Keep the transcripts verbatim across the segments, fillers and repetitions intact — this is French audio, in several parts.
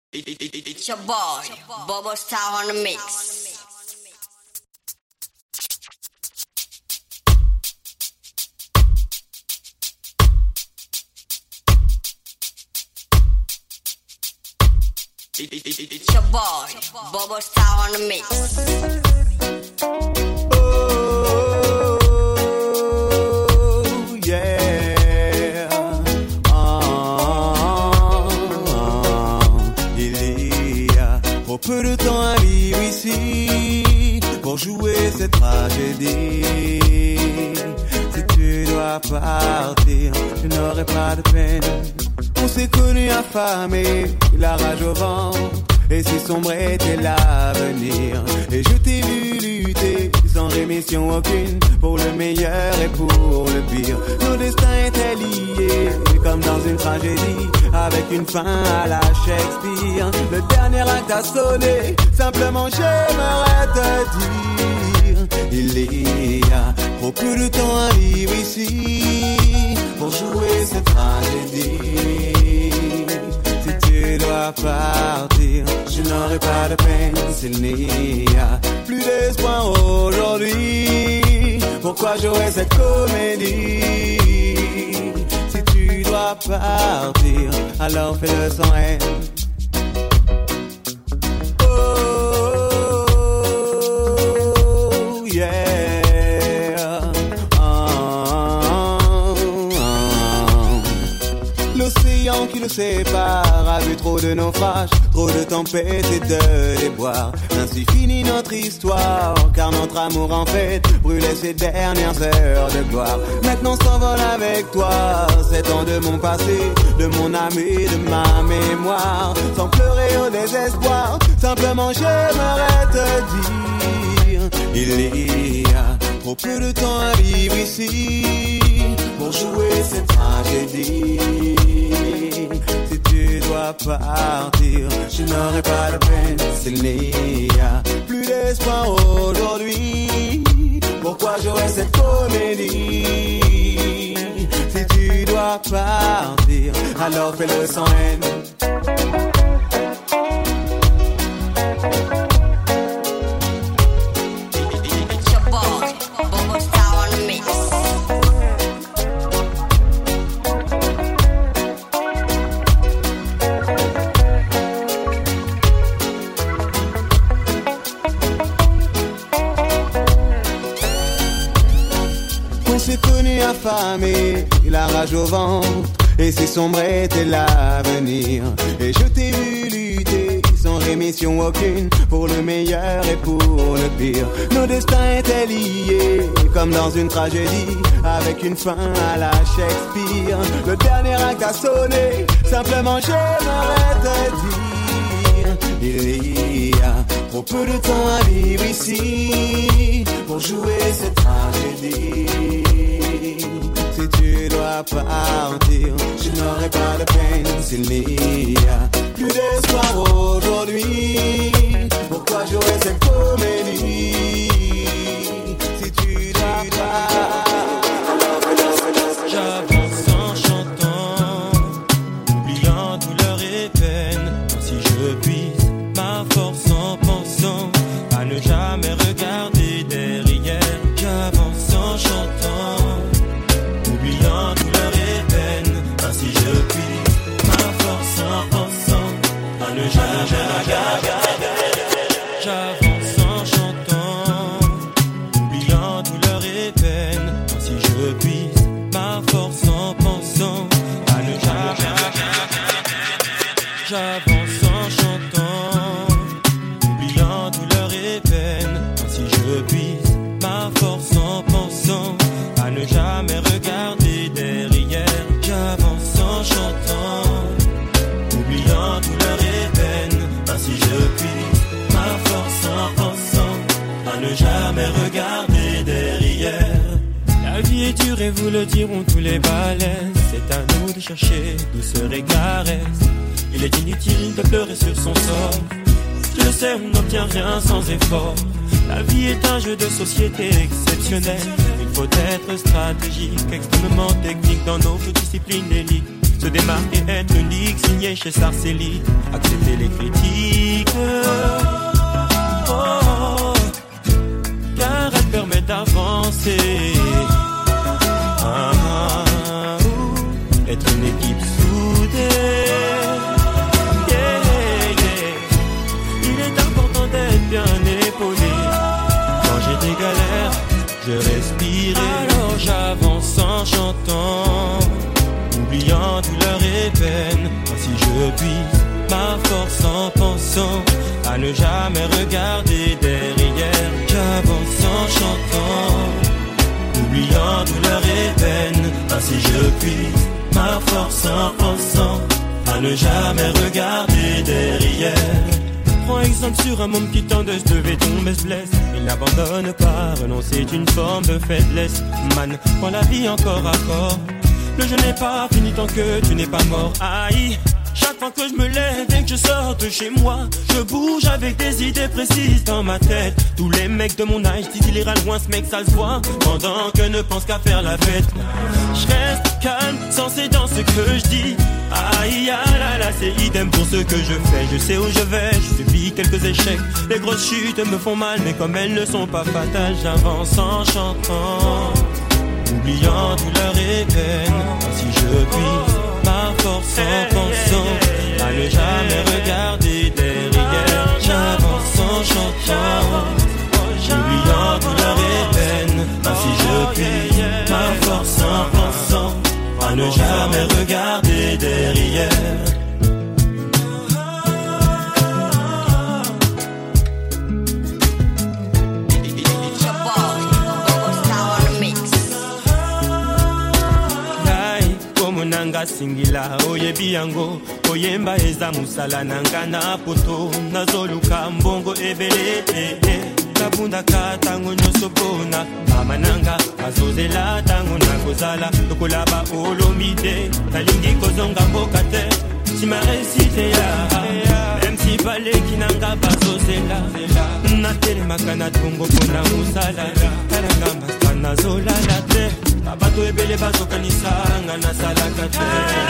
It's your boy, Bobo Star on the mix. It's your boy, Bobo Star on the mix. Peu de temps à vivre ici pour jouer cette tragédie. Si tu dois partir, je n'aurai pas de peine. On s'est connus affamés, la rage au ventre, et si sombre était l'avenir. Et je t'ai vu lutter sans rémission aucune pour le meilleur et pour le pire. Nos destins étaient liés comme dans une tragédie, avec une fin à la Shakespeare. Le dernier acte a sonné, simplement j'aimerais te dire, il y a trop peu de temps à vivre ici pour jouer cette tragédie. Si tu dois partir, je n'aurai pas de peine s'il n'y a plus d'espoir aujourd'hui. Pourquoi jouer cette comédie? Si tu dois partir, alors fais-le sans haine. Oh, yeah. Oh, oh. L'océan qui nous sépare a vu trop de naufrages, trop de tempêtes et de déboires. Ainsi finit notre histoire, car notre amour en fait brûlait ses dernières heures de gloire. Maintenant s'envole avec toi sept ans de mon passé, de mon âme et de ma mémoire. Sans pleurer au désespoir, simplement j'aimerais te dire, il y a trop peu de temps à vivre ici pour jouer cette tragédie. Si tu dois partir, je n'aurai pas de peine s'il n'y a plus d'espoir aujourd'hui. Pourquoi jouer cette comédie? Si tu dois partir, alors fais-le sans haine. Affamé, la rage au ventre, et si sombre était l'avenir. Et je t'ai vu lutter sans rémission aucune pour le meilleur et pour le pire. Nos destins étaient liés comme dans une tragédie, avec une fin à la Shakespeare. Le dernier acte a sonné, simplement j'aimerais te dire, il y a trop peu de temps à vivre ici pour jouer cette tragédie. Si tu dois partir, je n'aurai pas de peine s'il n'y a plus d'espoir aujourd'hui. Pourquoi jouer cette comédie? Si tu dois partir, j'avance en chantant, oubliant douleur et peine, si je puise ma force en pensant à ne jamais regarder derrière. J'avance en chantant, oubliant douleur et peine, ainsi je puis ma force en pensant à ne jamais regarder. J'avance en chantant, oubliant douleur et peine, ainsi je puis ma force en pensant à ne jamais regarder. J'avance en chantant, oubliant douleur et peine, ainsi je puis ma force en pensant à ne jamais regarder derrière. J'avance en chantant, oubliant douleur et peine, ainsi je puis ma force en pensant à ne jamais regarder derrière. La vie est dure et vous le diront tous les balaises. C'est à nous de chercher douceur et caresse. Il est inutile de pleurer sur son sort. Je le sais, on n'obtient rien sans effort. La vie est un jeu de société exceptionnel. Il faut être stratégique, extrêmement technique dans nos disciplines d'élite. Se démarquer, être unique, signé chez Sarcelli, accepter les critiques. Oh, oh, car elle permet d'avancer. Ah, ah, ouh, être une équipe soudée. Yeah, yeah. Il est important d'être bien épaulé. Quand j'ai des galères, je respire. Alors j'avance en chantant, oubliant douleur et peine, ainsi je puise ma force en pensant à ne jamais regarder derrière. J'avance en chantant, oubliant douleur et peine, ainsi je puise ma force en pensant à ne jamais regarder derrière. Prends exemple sur un môme qui tente de se lever, tombe et se blesse. Il n'abandonne pas, renoncer est une forme de faiblesse. Man, prends la vie encore à corps. Le jeu n'est pas fini tant que tu n'es pas mort. Aïe, chaque fois que je me lève et que je sors de chez moi, je bouge avec des idées précises dans ma tête. Tous les mecs de mon âge disent il ira loin, ce mec ça se voit, pendant que ne pense qu'à faire la fête. Je reste calme, sensé dans ce que je dis. Aïe, ah là là, c'est idem pour ce que je fais. Je sais où je vais, je subis quelques échecs. Les grosses chutes me font mal, mais comme elles ne sont pas fatales, j'avance en chantant, oubliant douleur et peine, ainsi je puise ma force en pensant à ne jamais regarder derrière. J'avance en chantant, oubliant douleur et peine, ainsi je puise ma force en pensant à ne jamais regarder derrière. Nanga singila oyebi yango oyemba eza musala nanga na poto nazoluka mbongo ebele kabunda katango nyoso pona mama nanga azozela tango nakozala lokolaba olomide talingi kozonga mboka te sima resite ya même si bale kinanga bazozela natelemaka na tongo pona musala talanga masana zolala te bato ebele bazokanisa nga nasalaka te.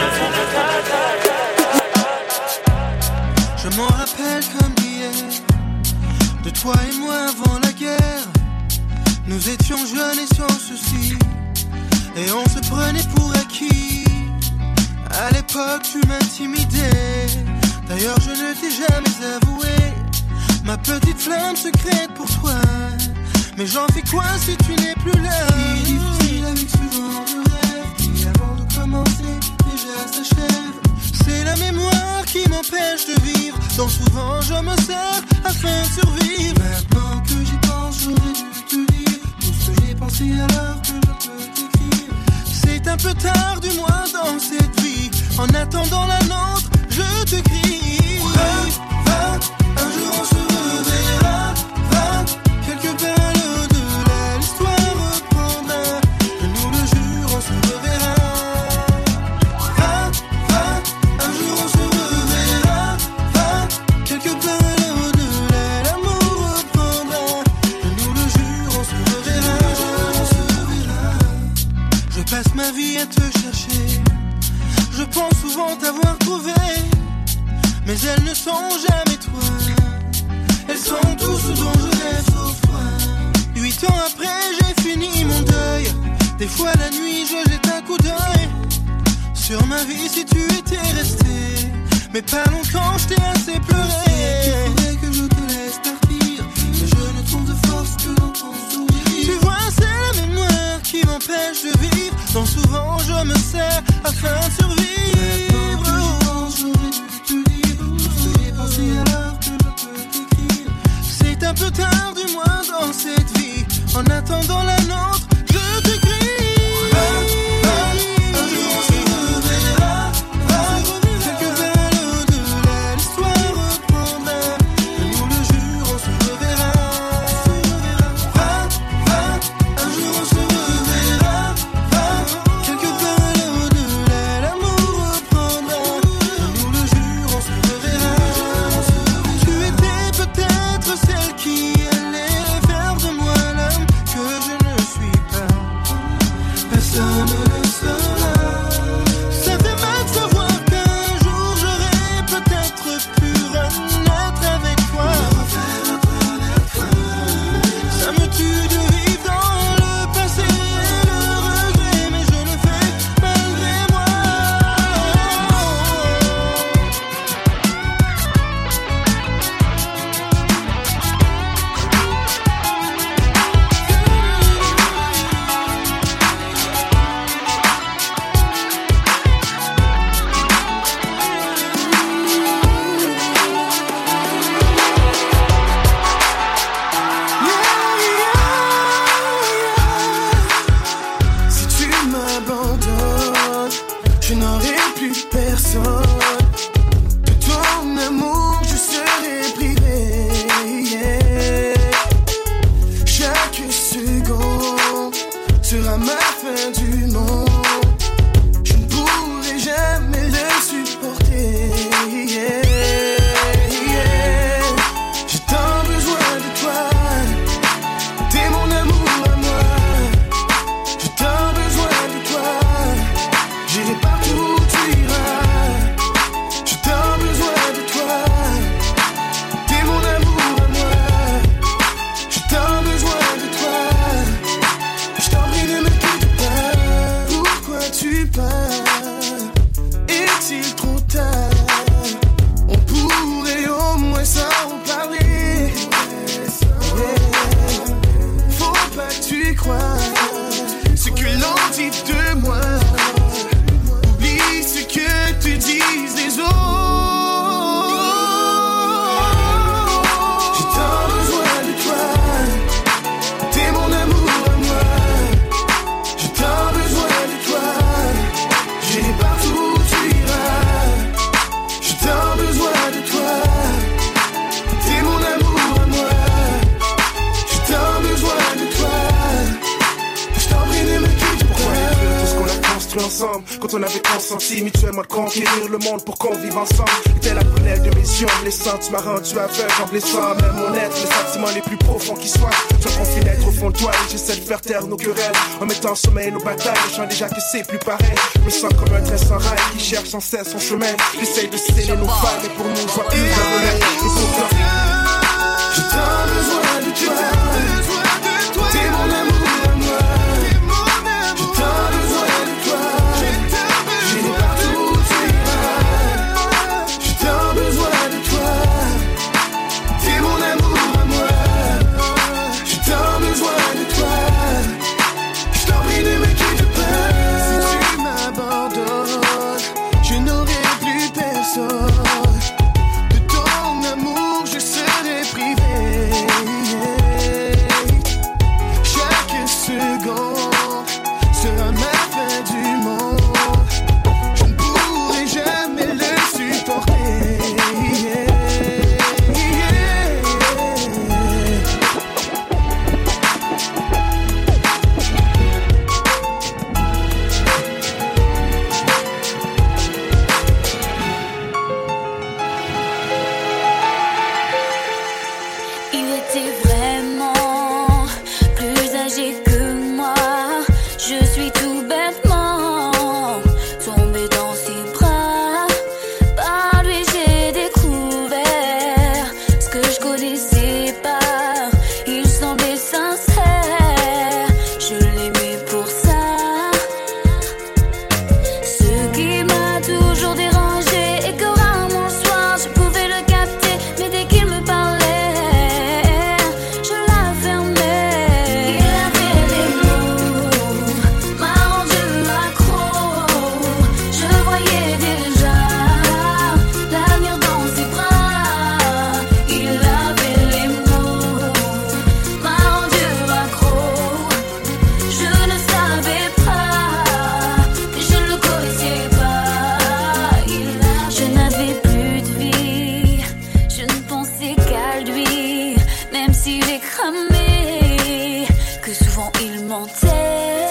Je m'en rappelle comme hier, de toi et moi avant la guerre. Nous étions jeunes et sans soucis, et on se prenait pour acquis. À l'époque tu m'intimidais, d'ailleurs je ne t'ai jamais avoué ma petite flamme secrète pour toi. Mais j'en fais quoi si tu n'es plus là? C'est difficile avec ce genre de rêve qui avant de commencer déjà s'achève. C'est la mémoire qui m'empêche de vivre, dont souvent je me sers afin de survivre. Maintenant que j'y pense, j'aurais dû te dire tout ce que j'ai pensé alors que je peux t'écrire. C'est un peu tard du moins dans cette vie, en attendant la nôtre, je te crie. Va, va, un jour on se reverra. Va, quelque part ma vie à te chercher. Je pense souvent t'avoir trouvé, mais elles ne sont jamais toi. Elles sont tout ce dont je rêve sauf toi. Huit ans après j'ai fini mon deuil. Des fois la nuit je jette un coup d'œil sur ma vie si tu étais resté. Mais pas longtemps je t'ai assez pleuré. Il faudrait que je te laisse partir, mais je ne trouve de force que dans ton sourire. Tu vois c'est la mémoire qui m'empêche de vivre, dont souvent je me sers afin de survivre. Maintenant que j'y pense, j'aurais dû te dire tout ce que j'ai pensé alors que je peux t'écrire. C'est un peu tard du moins dans cette vie, en attendant la nôtre, je te crie. Quelque part à l'au-delà, l'amour reprend. veux plus renaître avec toi. Ça me tue de vivre dans le passé et le regret, mais je le fais malgré moi. Je n'aurai plus personne. De ton amour, je serai privé. Yeah. Chaque seconde sera ma fin du monde. Je ne pourrai jamais le supporter. Yeah. Yeah. J'ai tant besoin de toi. T'es mon amour à moi. J'ai tant besoin de toi. J'irai partout où tu iras. J'ai tant besoin de toi. T'es mon amour à moi. J'ai tant besoin de toi. Je t'en prie ne me quitte pas. Pourquoi tu pars? Est-il trop tard? On pourrait au moins s'en parler. Yeah. Faut pas que tu crois ce que l'on dit de moi. Ce que te disent les autres. J'ai tant besoin de toi. T'es mon amour à moi. J'ai tant besoin de toi. J'irai partout où tu iras. J'ai tant besoin de toi. T'es mon amour à moi. J'ai tant besoin de toi. Je t'en prie ne me quitte pas. Tout ce qu'on a construit ensemble, quand on avait consenti mutuellement de conquérir le monde pour qu'on vive ensemble, était la prunelle de mes yeux, les sens, tu m'as rendu aveugle en blessant même mon être, les sentiments les plus profonds qui soient. Je confie d'être au fond de toi et j'essaie de faire taire nos querelles en mettant en sommeil nos batailles. Je sens déjà que c'est plus pareil. Je me sens comme un train sans rail qui cherche sans cesse son chemin. J'essaie de sceller nos failles, mais pour nous, je vois plus de relais. Et pourtant, j'ai tant besoin de toi. T'es mon amour à moi. J'ai tant besoin de toi. J'irai partout où tu iras. J'ai tant besoin de toi. T'es mon amour à moi. J'ai tant besoin de toi. Je t'en prie ne me quitte pas. Si tu m'abandonnes, je n'aurai plus personne. De ton amour, je serai privé. Chaque seconde sera ma fin du monde. Je ne pourrai jamais le supporter. Yeah, yeah. Il était vraiment plus âgé que moi. Je suis tout bêtement tombée dans ses bras. Par lui j'ai découvert ce que je connaissais pas. Il semblait sincère, je l'aimais pour ça. Ce qui m'a toujours dérangé et que rarement le soir je pouvais le capter. Mais dès qu'il me parlait, je la fermais. Il avait des mots, m'a rendu accro. Je voyais déjà l'avenir dans ses bras. Il avait les mots, m'a rendu accro. Je ne savais pas, je ne le connaissais pas. Il a- Je n'avais plus de vie, je ne pensais qu'à lui. Même s'il est cramé, que souvent il mentait.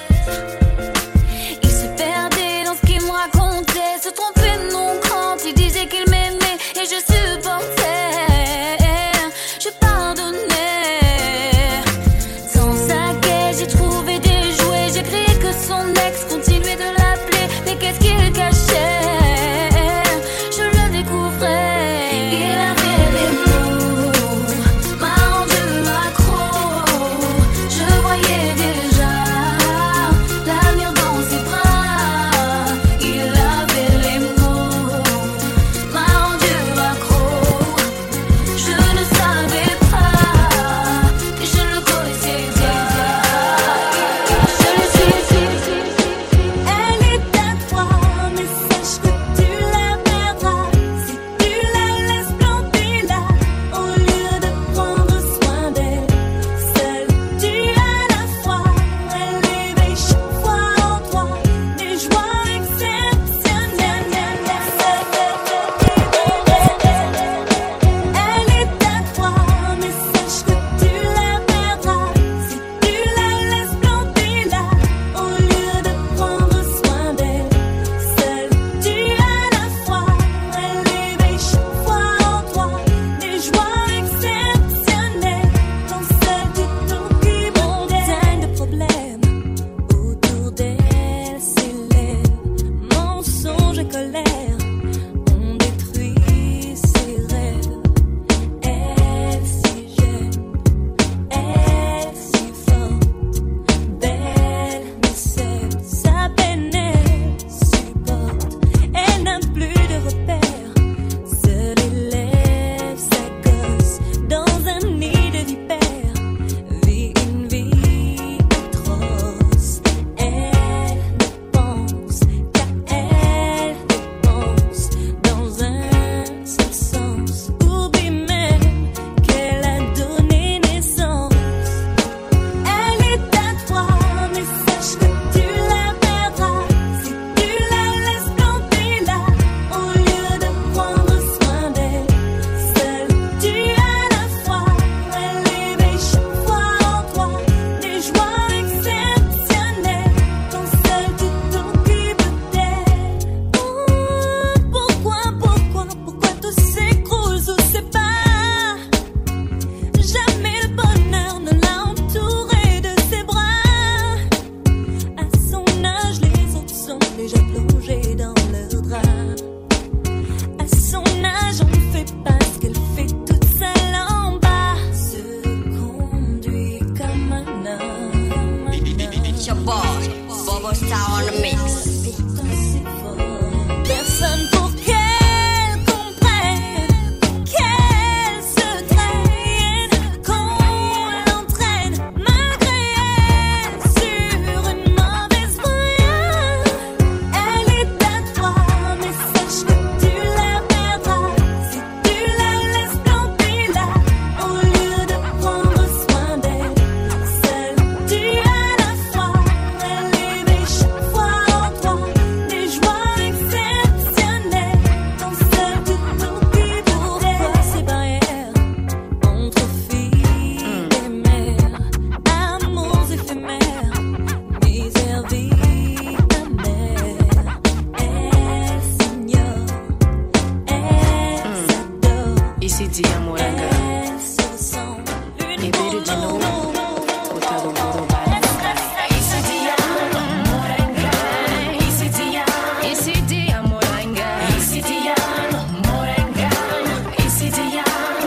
Il se perdait dans ce qu'il me racontait, se trompait de nom quand il disait qu'il m'aimait. Et je supportais, je pardonnais. Sans sa quête, j'ai trouvé des jouets. J'ai crié que son ex continuait de l'appeler. Mais qu'est-ce qu'il cachait? Je le découvrais. Isidi Amoranga Ebere Dino Otado Boroba Isidi Amoranga Isidi Isidi Amoranga Isidi Amoranga Isidi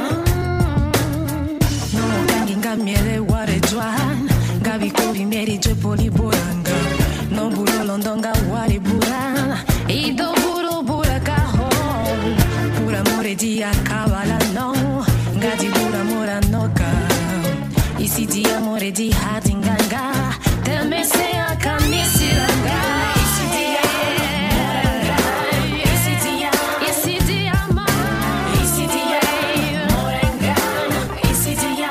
No Ganginga Miele Ware Juan Gabi Kobi Meri Jepoli Boranga No Buro Londonga Ware Buran Ido Buro Burakaho Pura More Dia Kavala No Gadi Bura Mora Noka Isidi Amore Di Hadinganga Teme Se Akamisi Langa Isidi Isidi Isidi Amor Isidi Moranga Isidi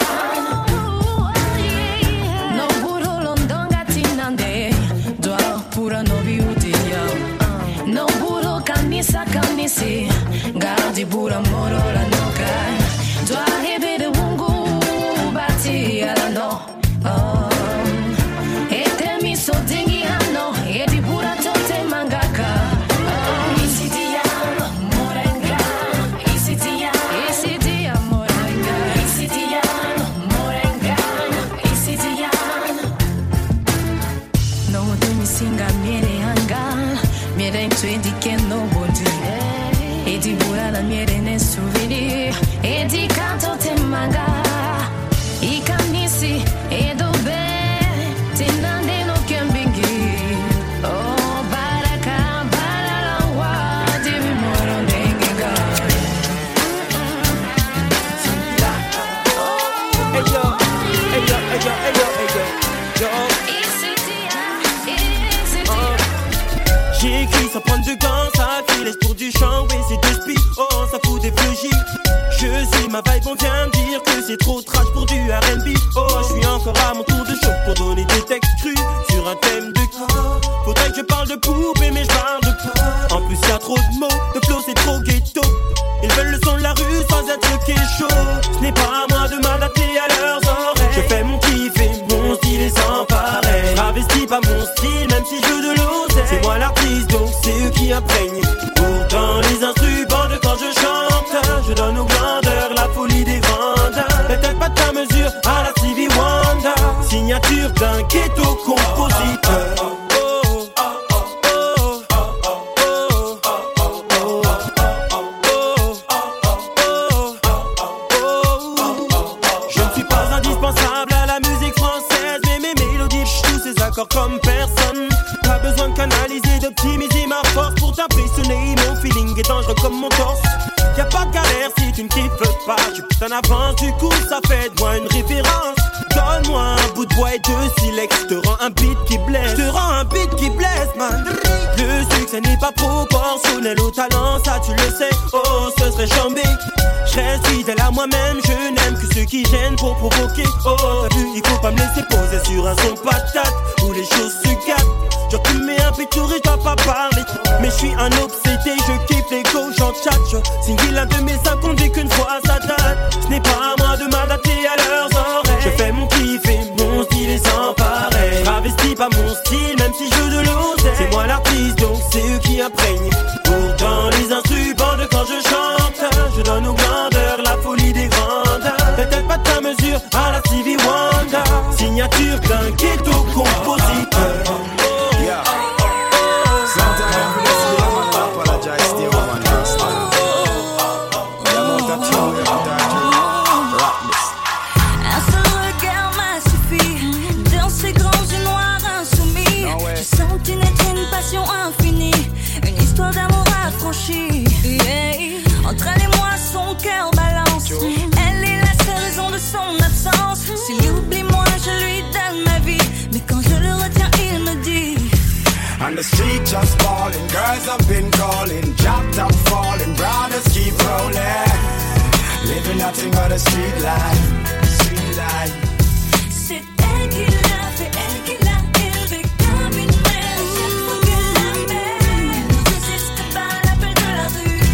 No Buro Londonga Tinande Dwa Pura Novi Udia No Buro Kamisa Kamisi Gadi Bura Morora Noka Dwa Hebe de Wungu Bati Alano Oh Ete Miso Dingi Hano Edi Bura Tote Mangaka Oh Isidi Moranga Isidi Isidi Moranga Isidi Moranga Isidi No Dumi Singa Miere Hanga Miere Twendi Keno Bondi Edi Bura La Miere Ne Souvenir Edi Kanto Temanga Ikamisi Edobe Tinande no Kembingi Oh Baraka Baralawa Divi Moro Dengiga Hey yo, hey yo, hey yo, hey yo, hey yo, yo. J'ai écrit sans prendre de gants, ça qui laisse pour du chant, oui c'est deux spi, oh ça fout des fléchis. Je suis ma vibe, on vient me dire que c'est trop trash pour du R and B. Oh je suis encore à mon tour de choc pour donner des textes crus sur un thème de qui. Faudrait que je parle de poupée mais je parle de quoi. En plus y'a trop de mots, de flow c'est trop ghetto. Ils veulent le son de la rue sans être chaud. Ce n'est pas à moi de m'adapter à leurs oreilles. Je fais mon kiff et mon style est sans pareil. Travesti pas mon style même si je veux de l'oseille. C'est moi l'artiste donc c'est eux qui imprègnent. Pourtant les instruments de quand je chante, je donne aux grandeurs la folie des grandes. Peut-être pas de ta mesure à la Stevie Wonder. Signature d'un ghetto compositeur. Comme personne, pas besoin de canaliser, d'optimiser ma force pour t'impressionner. Mon feeling est dangereux comme mon torse. Y'a pas de galère si tu ne kiffes pas. Tu peux en avance, du coup ça fait de moi une référence. Donne-moi un bout de bois et deux silex. Je te rends un beat qui blesse. Je te rends un beat qui blesse, man. Le succès n'est pas proportionnel au talent, ça tu le sais. Oh, ce serait chambé. Je reste fidèle à moi-même, je n'aime que ceux qui gênent pour provoquer. Oh, t'as vu, il faut pas me laisser poser sur un son patate où les choses se gâtent. Genre tu me mets un pétour et je dois pas parler. Mais je suis un obsédé, je kiffe les go, j'en tchatche. Single un de mes cinq, on dit qu'une fois ça date. Ce n'est pas à moi de m'adapter à leurs oreilles. Je fais mon kiff et mon style est sans pareil. Travesti pas mon style, même si je veux de l'oseille. C'est moi l'artiste, donc c'est eux qui imprègnent. Pourtant les instruments de quand je chante, je donne aux grandeurs la folie des grandes. Peut-être pas de ta mesure à la Stevie Wonder. Signature d'un ghetto compositeur. Infinie, une histoire d'amour affranchie. Yeah. Entre elle et moi, son cœur balance. Elle est la seule raison de son absence. S'il oublie moi, je lui donne ma vie. Mais quand je le retiens, il me dit. And the street just falling, girls have been calling, chopped up falling, brothers keep rolling. Living nothing but a street life, street life. C'est elle qui l'a fait, elle qui l'a élevé comme une mère. Chaque fois que la mère ne résiste pas à l'appel de la rue.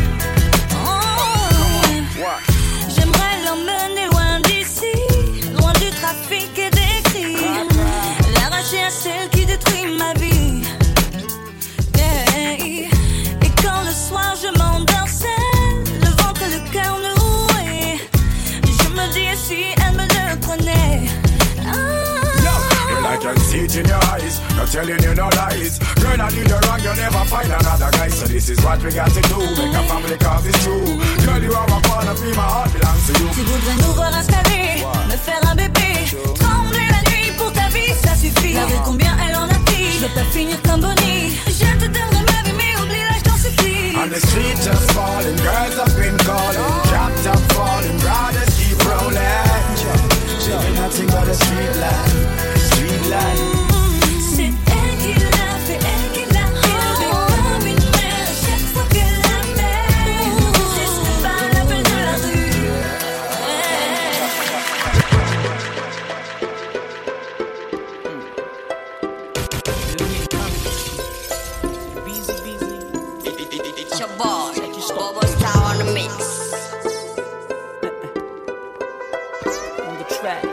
Oh, j'aimerais l'emmener loin d'ici, loin du trafic et des cris. L'arracher à celle qui détruit ma vie. Yeah. Et quand le soir je m'endors seule, le ventre et le cœur noué, see it in your eyes. Not telling you no lies. Girl, I did you wrong, you'll never find another guy. So this is what we got to do. Make a family cause it's true. Girl, you are my part of me, my heart belongs to you. Tu voudrais nous voir installer, me faire un bébé, trembler la nuit pour ta vie, ça suffit. La vie combien elle en a pris, je veux pas finir comme Bonnie. Je te donnerai ma vie, mais oublie-la, je t'en supplie. On the street just falling, girls have been calling, capped up falling, brothers keep rolling. Living nothing but a street life, street life. C'est elle qui l'a fait, elle qui l'a élevé comme une mère. Chaque fois qu'elle la met, c'est pas la peine de la rue. It's your boy, Bobo Star on the mix. On the track.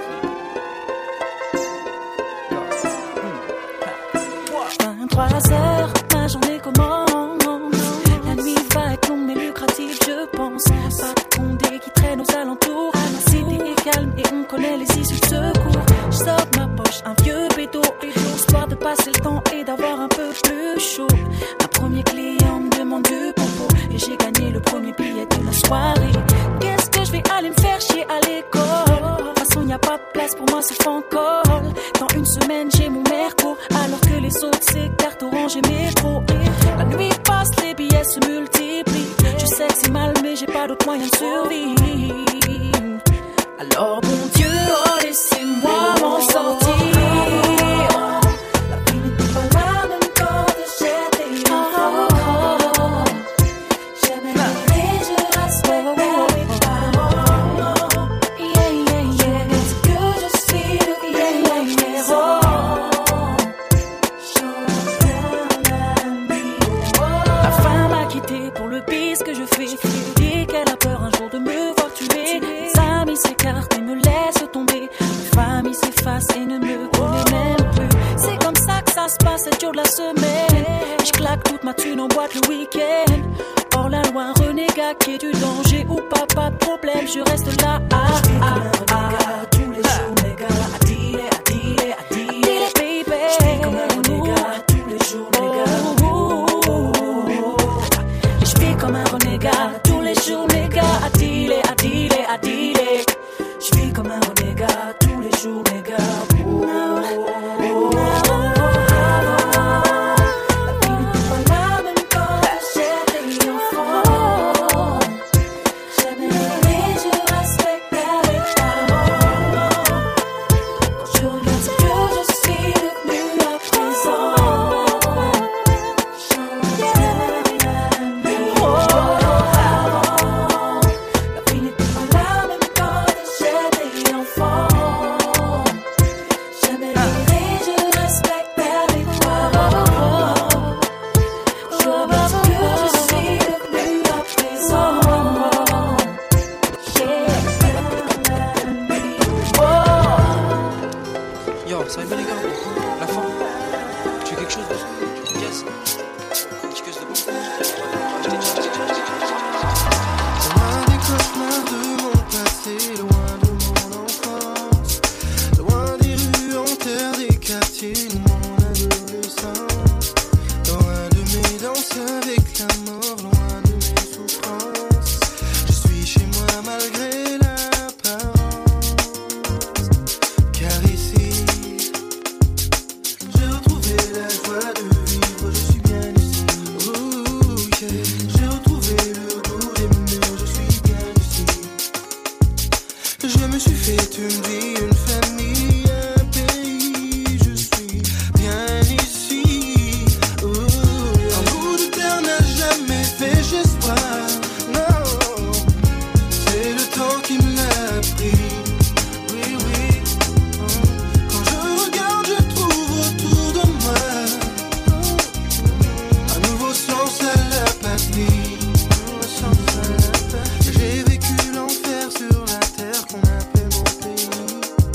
Trois heures, ma journée commence. La nuit va être longue mais lucrative, je pense. Pas de condé qui traîne aux alentours. La cité est calme et on connaît les issues de secours. Je sors de ma poche un vieux bédo, histoire de passer le temps et d'avoir un peu plus chaud. Un premier client me demande du popo et j'ai gagné le premier billet de la soirée. Qu'est-ce que je vais aller me faire chier à l'école? De toute façon y a pas de place pour moi sauf en col. Dans une semaine j'ai mon merco, alors que les autres c'est carte orange et métro. La nuit passe, les billets se multiplient. Je sais que c'est mal mais j'ai pas d'autre moyen de survivre. Alors bon Dieu, oh laissez-moi m'en sortir. La vie n'était pas la même quand j'étais enfant. Jamais et je respecte mes parents. Yeah, yeah, yeah. C'est que je suis le yeah, héros. La femme m'a quitté pour le bis que je fais. Elle dit qu'elle a peur un jour de me voir tuer. Mes amis s'écartent et me laissent tomber. Ma famille s'efface et ne me connaît même plus. C'est comme ça que ça se passe sept jours de la semaine. Je claque toute ma thune en boîte le week-end. Hors la loi, un renégat qui est du danger ou pas, pas de problème, je reste là. Ah, ah, ah, ah. Tous les jours, les gars, à dealer, à dealer, à dealer, baby. Je vis comme un renégat tous les jours, les gars. Je vis comme un renégat tous les jours, les gars, à dealer, à dealer, à dealer. Je vis comme un renégat tous les jours, les gars. J'ai vécu l'enfer sur la terre qu'on appelle mon pays.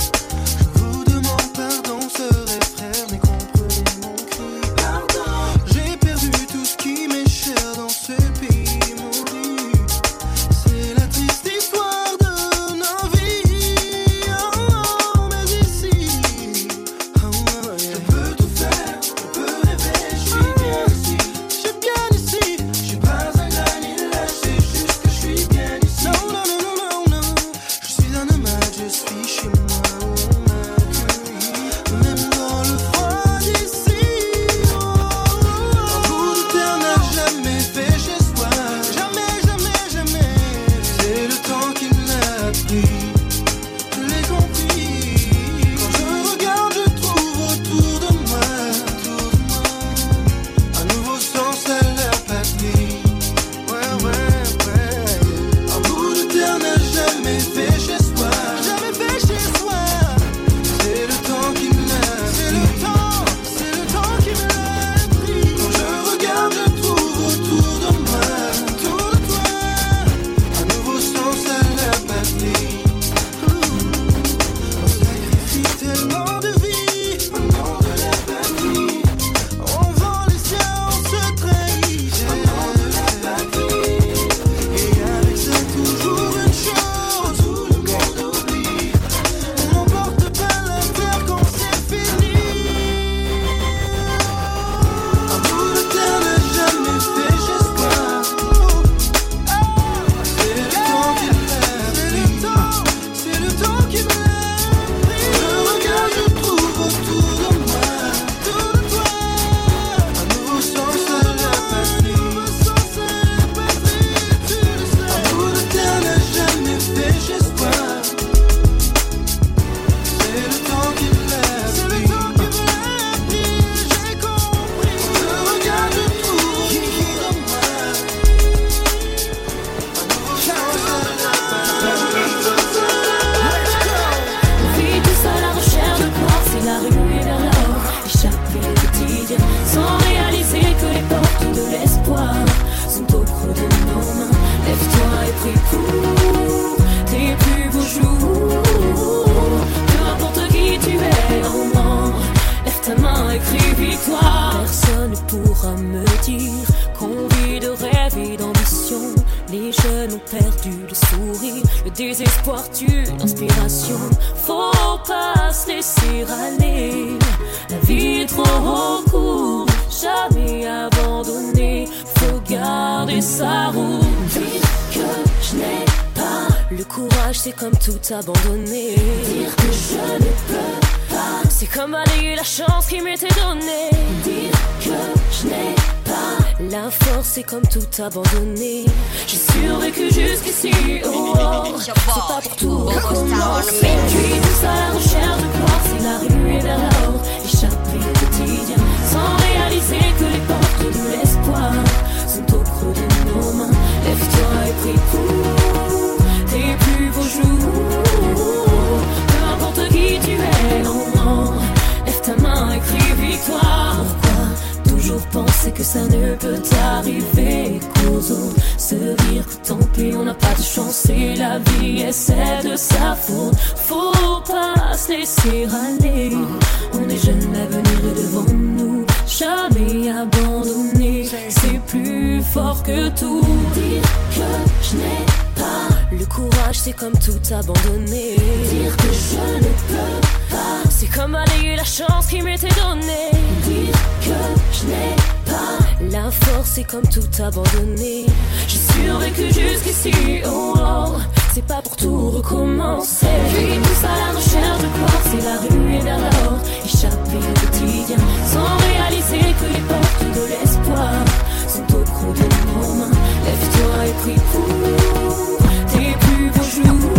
vie, le désespoir tue l'inspiration. Faut pas se laisser aller, la vie est trop courte, jamais abandonner. Faut garder sa route. Dire que je n'ai pas le courage, c'est comme tout abandonner. Dire que je ne peux pas, c'est comme balayer la chance qui m'était donnée. Dire que je n'ai pas la force, c'est comme tout abandonner. J'ai survécu jusqu'ici, oh, oh. C'est pas pour tout recommencer. Puis tous à la recherche de gloire, c'est la rue et vers l'or. Échapper au quotidien, sans réaliser que les portes de l'espoir sont au creux de nos mains. Lève-toi et prie pour tes plus beaux jours. Peu importe qui tu es, non, lève ta main et crie victoire. Pourquoi toujours penser que ça ne peut t'arriver qu'aux autres? Se dire que tant pis, on n'a pas de chance et la vie est celle de sa faute. Faut pas se laisser aller, on est jeunes, l'avenir est devant nous. Jamais abandonner, c'est plus fort que tout. Dire que je n'ai pas le courage, c'est comme tout abandonner. Dire que je ne peux pas, c'est comme balayer la chance qui m'était donnée. Dire que je n'ai pas la force, c'est comme tout abandonner. J'ai survécu jusqu'ici, oh, oh. C'est pas pour tout recommencer. Puis tous à la recherche de gloire, c'est la rue et vers l'or. Échapper au quotidien, sans réaliser que les portes de l'espoir sont au creux de nos mains. Lève-toi et prie pour tes plus beaux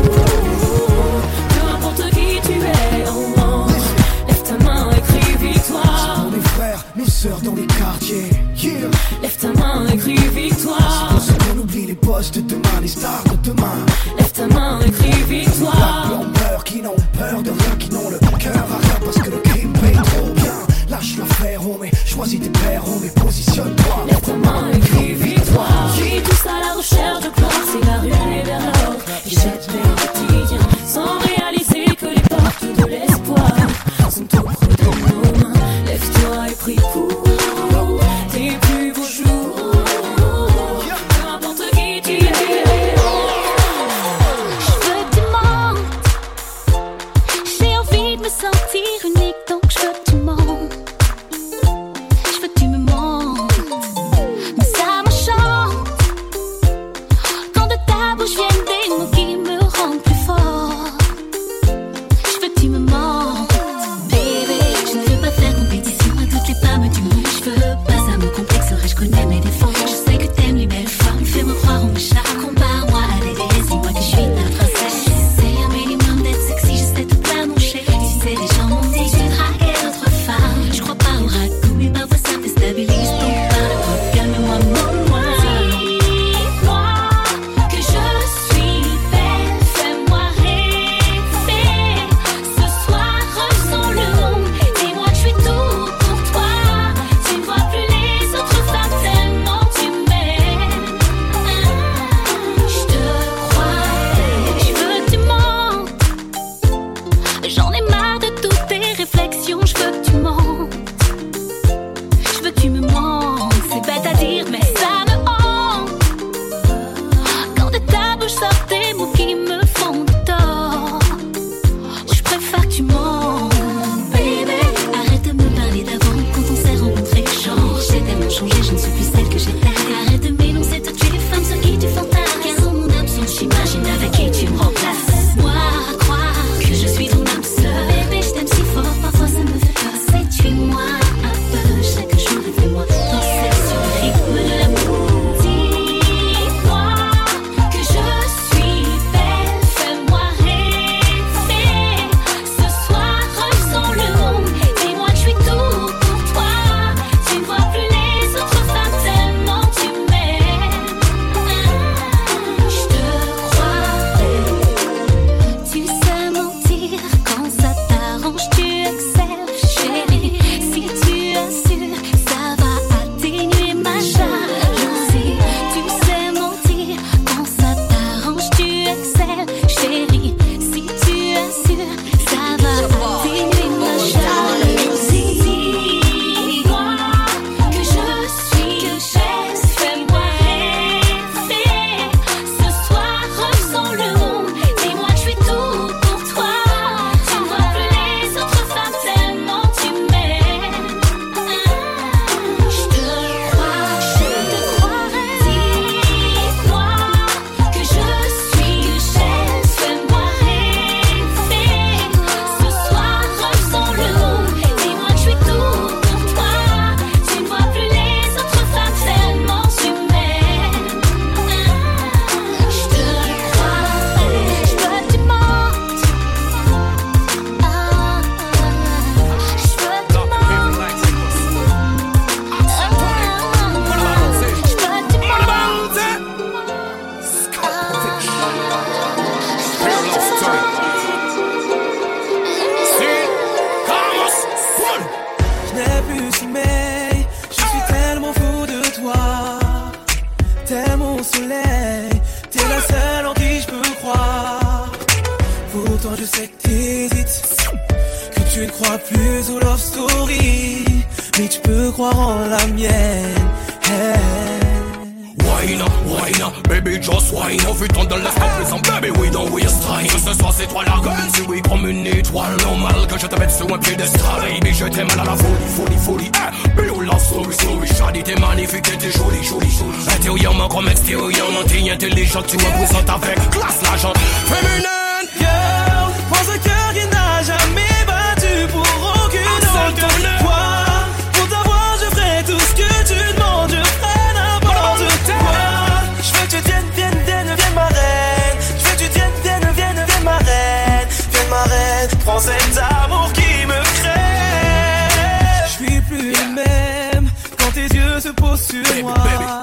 jours. Peu importe qui tu es, oh, oh. Lève ta main et crie victoire. Pour mes frères, nos sœurs dans les quartiers, yeah. Lève ta main et crie victoire. C'est pour ceux qu'on oublie les boss de demain, les stars de demain. Lève ta main et crie victoire. Qui ont peur, qui n'ont peur de rien, qui n'ont le cœur à rien parce que le crime paye trop bien. Lâche l'affaire, on met, choisis tes pères, on met, positionne-toi. Lève ta main et crie victoire. Puis tous à la recherche de gloire, c'est la rue et vers l'or. Échapper au quotidien, sans réaliser que les portes de l'espoir sont au creux de nos mains. Lève-toi et prie pour tes plus beaux jours. Peu importe qui tu es. Sentir unique, donc je veux que tu montes. Je veux que tu me montes. Mais ça m'enchante quand de ta bouche viennent des mots qui me rendent plus fort. Je veux que tu me montes, baby. Je ne veux pas faire compétition à toutes les femmes du monde. Je veux pas, ça me complexerait, je connais mes défauts. Je sais que t'aimes les belles femmes, fais-moi croire en mes chats. Compare-moi à des déesses, dis-moi que je suis ta princesse. C'est un minimum d'être sexy, je sais tout pas mon chéri. Les gens m'ont dit que tu draguais d'autres femmes. Je crois pas au ragoût, mais parfois ça te stabilise. Donc parle-moi, calme-moi, montre-moi. Dis-moi que je suis belle, fais-moi rêver. Ce soir, ressens le monde. Dis-moi que je suis tout pour toi. Tu ne vois plus les autres femmes tellement tu m'aimes. Je te crois, je veux que tu mentes. J'en ai marre de toutes tes réflexions, je veux que tu montes. Je veux que tu me montes. C'est bête à dire, mais ça me hante. Quand de ta bouche sortent des mots qui me font du tort. Je préfère que tu montes, baby. Arrête de me parler d'avant, quand on s'est rencontrés. Genre, j'ai tellement changé, je ne suis plus celle que j'étais. Arrête de m'énoncer toutes les femmes sur qui tu fantasmes. Car dans mon absence, j'imagine avec qui tu me remplaces. Moi, croire que je suis ton âme sœur. Bébé, je t'aime si fort, parfois ça me fait peur. Séduis-moi un peu, chaque jour fais-moi danser sur le rythme de l'amour. Dis-moi que je suis belle, fais-moi rêver. Ce soir, ressens le monde. Dis-moi que je suis tout pour toi. Tu ne vois plus les autres femmes tellement tu m'aimes. Je te crois. Pourtant je sais que t'hésites, que tu ne crois plus aux love story, mais tu peux croire en la mienne. Hey. Wine, wine, baby just wine. On fait ton de l'espace, baby we don't waste time. Ce soir c'est toi la gueule, si oui comme une étoile. Normal que je te mette sur un piédestal. Baby je t'aime à la folie, folie, folie. Eh, baby oh la souris, souris. Shadi t'es magnifique, t'es jolie, jolie, jolie. Intérieurement comme extérieurement, t'es intelligent, tu représentes avec classe l'argent féminine. Girl, prends ce cœur qui n'a jamais battu pour aucune autre que toi. Pour t'avoir je ferai tout ce que tu demandes, je ferai n'importe quoi. Je veux que tu viennes, viennes, viennes, viennes ma reine. Je veux que tu viennes, viennes, viennes, viennes ma reine. Vienne ma reine, prends cet amour qui me crée. Je suis plus le même quand tes yeux se posent sur moi.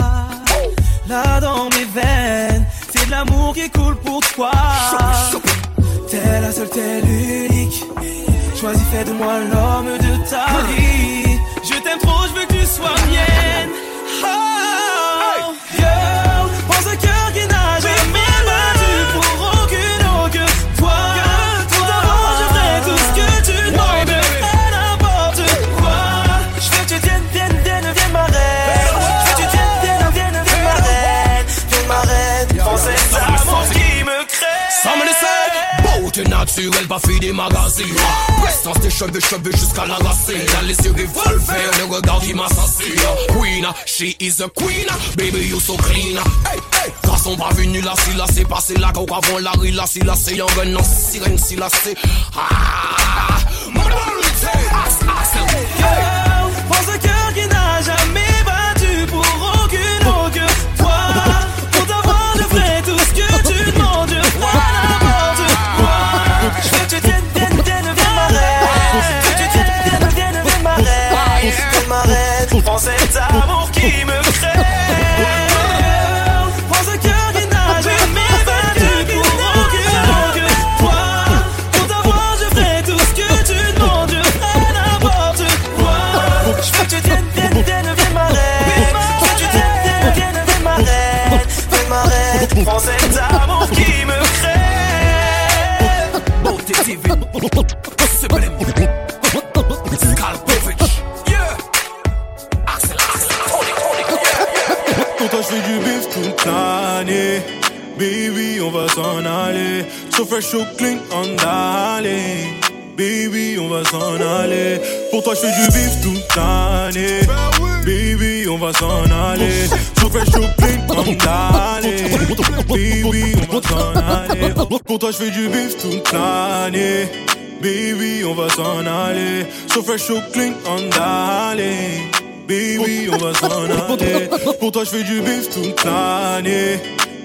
Là dans mes veines, c'est de l'amour qui coule pour toi. T'es la seule, t'es l'unique. Choisis, fais de moi l'homme de ta vie. Je t'aime trop, je veux que tu sois mienne. Oh, girl, prends ce cœur qui n'a jamais battu pour aucune autre que toi. Pour t'avoir, je ferai tout ce que tu demandes, je ferai n'importe quoi. Je veux que tu viennes, viennes, viennes, viennes ma reine. Je veux que tu viennes, viennes, viennes, viennes ma reine. Vienne ma reine, prends cet amour qui me crée. Ça me laisse beauté naturelle, pas fille des magazines. Prestance des cheveux, cheveux jusqu'à la racine. Dans les yeux revolver, le regard qui m'assassine. Queen, she is a queen. Baby, you so clean. Hey, hey. Garçon pas venu là, si là c'est passé là. Quand avant la rue là, si là c'est young gun, non, sirène, si là c'est. Ah, moralité. Girl, prends ce cœur qui n'a jamais battu pour aucune autre que toi. Pour t'avoir, je ferai tout ce que tu demandes, je ferai n'importe quoi. Je veux que tu viennes, viennes, viennes, viennes ma reine. Je veux que tu viennes, viennes, viennes, viennes ma reine. Vienne ma reine, prends cet amour qui me crée. Prends ce cœur qui n'a jamais battu pour aucune autre que toi. Pour t'avoir, je ferai tout ce que tu demandes, je ferai n'importe quoi. Je veux que tu viennes, viennes, viennes, viennes ma reine. Je veux que tu viennes, viennes, viennes, viennes ma reine. Vienne ma reine, prends cet amour qui me crée. Beauté divine, sublime. Skalpovic, yeah. Axel, Axel, Tony, Tony, yeah. Pour toi je fais du bif toute l'année. Baby on va s'en aller. So fresh, so clean, on d'aller. Baby on va s'en aller. Pour toi je fais du bif toute l'année. Baby on va s'en aller. So fresh, so clean, on d'aller. Baby on va s'en aller. Pour toi je fais du bif toute l'année. Baby on va s'en aller. So fresh, so clean, on d'aller. Baby on va s'en aller. Pour toi je fais du bif toute l'année.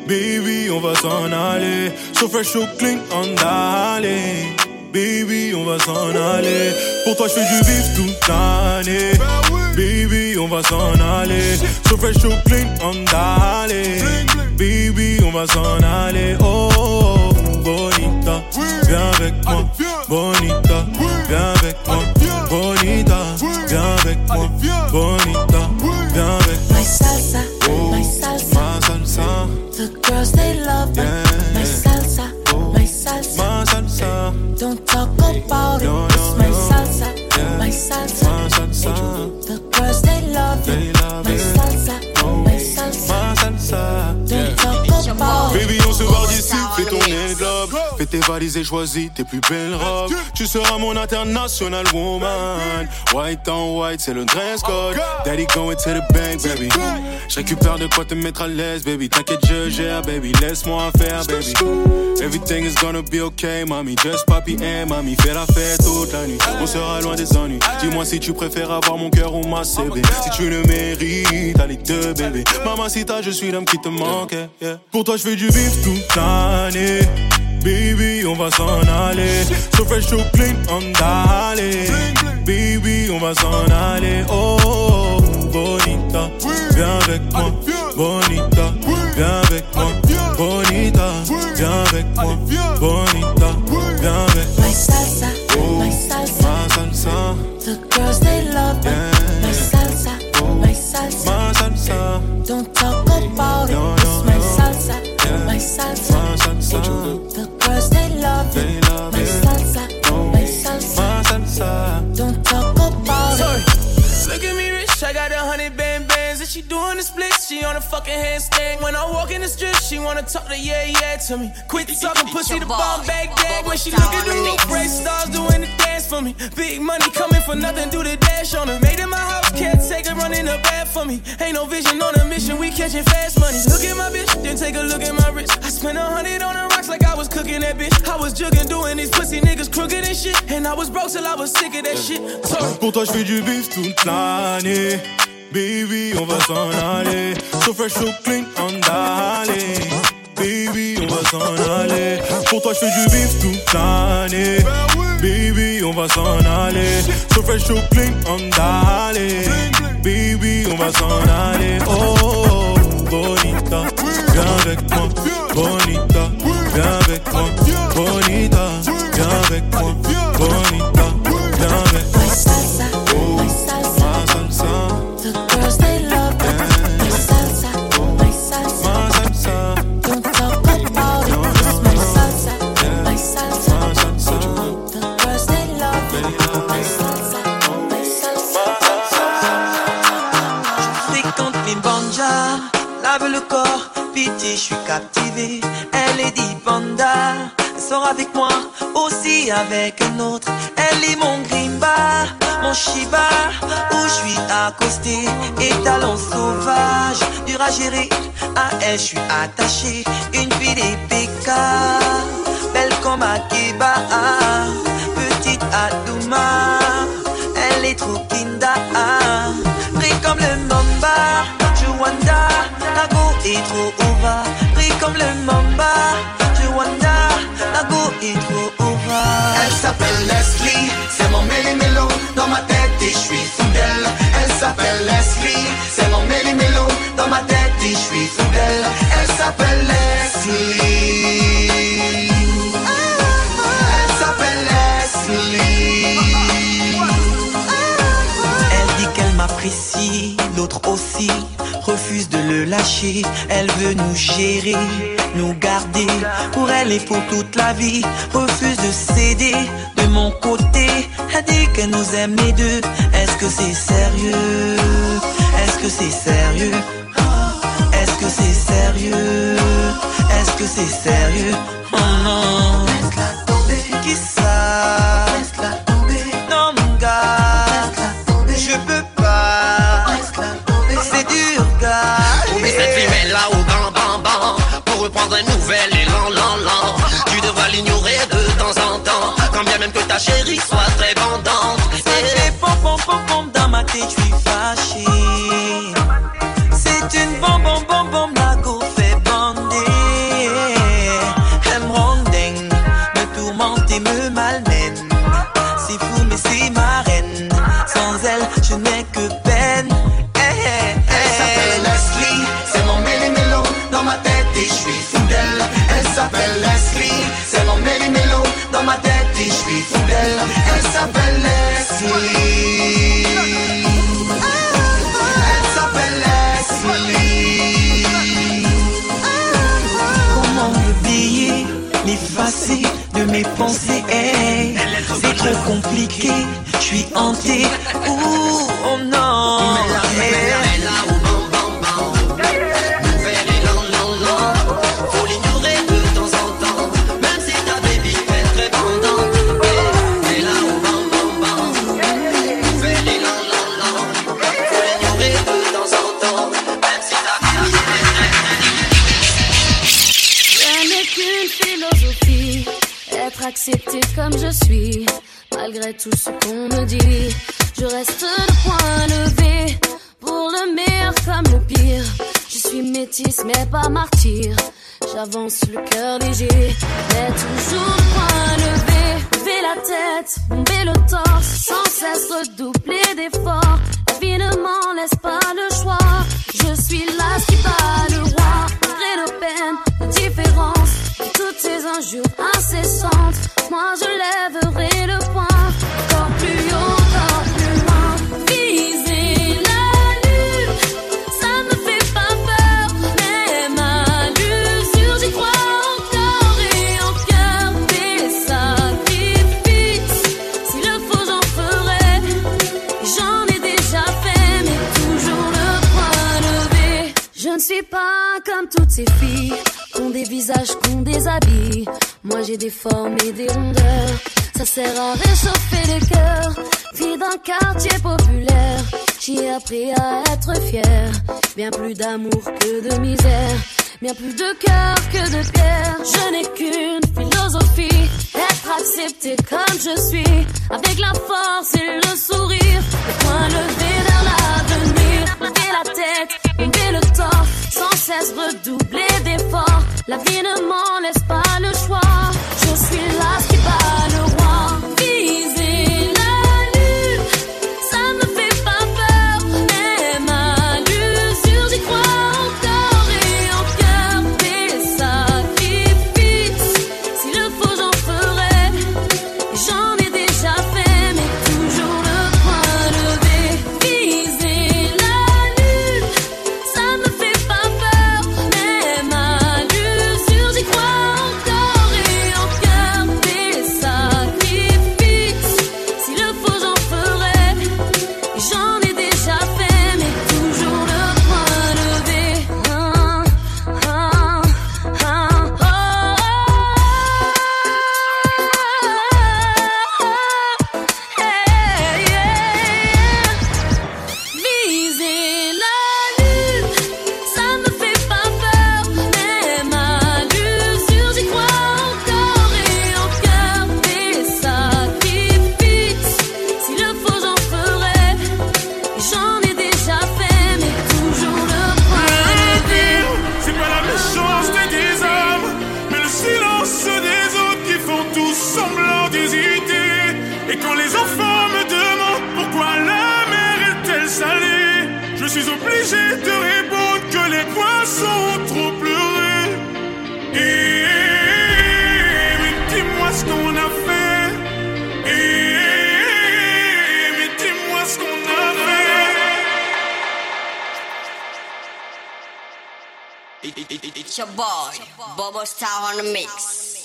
Baby on va s'en aller. So fresh, so clean, on d'aller. Baby on va s'en aller. Pour toi je fais du bif toute l'année. Baby on va s'en aller. So fresh, so clean, on d'aller. Baby on va s'en aller. Oh, oh, bonita, viens avec moi. Bonita, viens avec moi. Bonita, viens avec moi. Bonita, viens avec moi. My salsa, oh, my salsa, ma salsa. The girls they love me. Yeah. My salsa, oh, my salsa, ma salsa. Don't talk about no, it. It's no, my no. salsa, Yeah. my salsa, ma salsa. The girls they love They me. love My it. salsa, Oh, my salsa, ma salsa. Don't talk about it. Baby, on se barre d'ici, fais ton globe. Fais tes valises et choisis tes plus belles robes. Tu seras mon international woman. White on white, c'est le dress code. Daddy going to the bank, baby. Je récupère de quoi te mettre à l'aise, baby. T'inquiète, je gère, baby. Laisse-moi faire, baby. Everything is gonna be okay, mami. Just papi et mami. Fais la fête toute la nuit. On sera loin des ennuis. Dis-moi si tu préfères avoir mon cœur ou ma C B. Si tu le mérites, allez deux bébés. Mamacita, je suis l'homme qui te manque. Yeah. Pour toi, je fais du bif toute l'année. Baby, on va s'en aller. So fresh, so clean, on d'aller. Baby, on va s'en aller. Oh, oh, oh, bonita, viens avec moi. Bonita, viens avec moi. Bonita, viens avec moi. Bonita, viens avec moi. My salsa, oh, my salsa, ma salsa. The girls they love me. Yeah. My salsa, oh, my salsa, ma salsa. Don't talk about it. No, no, It's my no. salsa, Yeah. my salsa, Ma salsa. The The girls they love They it. love My it. salsa, Oh, my salsa. my salsa. Don't talk about Sorry. it. Look at me rich, I got a hundred band bands. And she doing the splits, she on a fucking handstand. When I walk in the strip, she wanna talk to yeah, yeah to me. Quit talking pussy, the bomb bag gag. When she look at the roof, race stars doing the dance for me. Big money coming for nothing, do the dash on her. Made in my house, can't take her running the bath for me. Ain't no vision on a mission, we catching fast money. Look at my bitch, then take a look at my wrist. I spent a hundred on the rocks like I was cooking that bitch. I was jugging, doing these pussy niggas crooked and shit. And I was broke till I was sick of that shit. Sorry. Pour toi je fais du bif toute l'année. Baby, on va s'en aller. So fresh, so clean, on d'aller. Baby, on va s'en aller. Pour toi je fais du bif toute l'année. Baby, on va s'en aller. So fresh, so clean, on d'aller. Baby, on va s'en aller. Oh, bonita, viens avec moi. Bonita, viens avec moi. Bonita, viens avec moi. Bonita, viens avec moi. My salsa, my salsa. The girls they love it. My salsa, my salsa. Don't talk about it. It's my salsa, my salsa. The girls they love it. My salsa, my salsa. Je fréquente les banjas, lave le corps, pitié, je suis captivé. Elle est dit panda, elle sort avec moi, aussi avec un autre. Elle est mon grimba, mon shiba, où je suis accosté, et talons sauvages, dur à gérer. À elle, je suis attaché, une fille des P K, belle comme Akiba, petite Adouma, elle est trop kinda, pris comme le mamba, Juanda, Nago est trop ova, pris comme le mamba, Juanda, Nago est trop ova. Elle s'appelle Leslie, c'est mon méli-mélo, dans ma tête et je suis fou d'elle. Elle s'appelle Leslie, c'est mon méli-mélo, dans ma tête et je suis fou d'elle. Elle s'appelle Leslie. Elle s'appelle Leslie. Elle dit qu'elle m'apprécie, l'autre aussi refuse de le lâcher. Elle veut nous gérer, nous garder, pour elle et pour toute la vie. Refuse de céder, de mon côté, elle dit qu'elle nous aime les deux. Est-ce que c'est sérieux? Est-ce que c'est sérieux? Est-ce que c'est sérieux? Est-ce que c'est sérieux? Oh non. Laisse-la tomber. Qui ça? Laisse-la tomber. Non mon gars, Laisse-la tomber. je peux pas. Laisse-la tomber. C'est dur gars. Mais cette fille met là au bam bam bam. Pour reprendre un nouvel élan lan lan. Tu devras l'ignorer de temps en temps. Quand bien même que ta chérie soit très bandante. Ça fait pom pom pom pom dans ma tête, je suis fâché. C'est une bombe bombe bombe bombe, la go fait bander. Elle me rend dingue, me tourmente et me malmène. C'est fou mais c'est ma reine. Sans elle, je n'ai que peine. Elle s'appelle Leslie, c'est mon méli-mélo, dans ma tête et je suis fou d'elle. Elle s'appelle Leslie, c'est mon méli-mélo, dans ma tête et je suis fou d'elle. Elle s'appelle Leslie. Elle s'appelle Leslie. Comment l'oublier, m'effacer de mes pensées, hey, c'est trop compliqué, je suis hanté, ouh, oh non, hey. Faut l'ignorer de temps en temps. Même si ta baby est très bandante. Et là au bam bam bam. Fais les lan lan lan. Faut l'ignorer de temps en temps. Même si ta baby est très rien n'est qu'une philosophie, être accepté comme je suis, malgré tout ce qu'on me dit. Je reste le point levé, pour le meilleur comme le pire. Je suis métisse mais pas martyr, j'avance le cœur léger, mais toujours le point levé. Lever la tête, bomber le torse, sans cesse redoubler d'efforts. La vie ne m'en laisse pas le choix, je suis là qui bat le roi. Malgré nos peines, nos différences, et toutes ces injures incessantes, moi je lèverai le poing, encore plus haut, encore plus loin. Viser la lune, ça me fait pas peur, même à l'usure, j'y crois encore et encore. pas comme toutes ces filles qu'ont des visages, qu'ont des habits. Moi j'ai des formes et des rondeurs. Ça sert à réchauffer le cœur. Fille d'un quartier populaire, j'y ai appris à être fière. Bien plus d'amour que de misère, bien plus de cœur que de pierre. Je n'ai qu'une philosophie, être accepté comme je suis, avec la force et le sourire, le poing levé vers l'avenir. Lever la tête, lever le torse, sans cesse redoubler d'efforts. La vie ne m'en laisse pas le choix. Je suis là qui bat le roi. Viser la lune, ça me fait pas peur. Même à l'usure, j'y crois encore et encore. Des sacrifices, s'il le faut j'en ferai. J'en ai déjà fait, mais toujours le point levé. Viser la lune, ça me fait pas peur. Même à l'usure, j'y crois encore et encore. Des sacrifices, s'il le faut j'en ferai. J'en ai déjà fait, mais toujours le point levé. Ah, ah, ah, oh, hey, yeah. Viser la lune, ça me fait pas peur. Même à l'usure, j'y crois encore et encore. Des sacrifices, s'il le faut j'en ferai. J'en ai déjà fait, mais toujours le point levé. C'est pas la méchanceté des hommes, mais le silence des autres qui font tous semblant d'hésiter. Et quand les enfants me demandent pourquoi la mer est-elle salée, je suis obligé de répondre que les poissons ont trop pleuré. Et mais dis-moi ce qu'on a fait. Et mais dis-moi ce qu'on a fait. It's your boy, Bobo Star on the mix.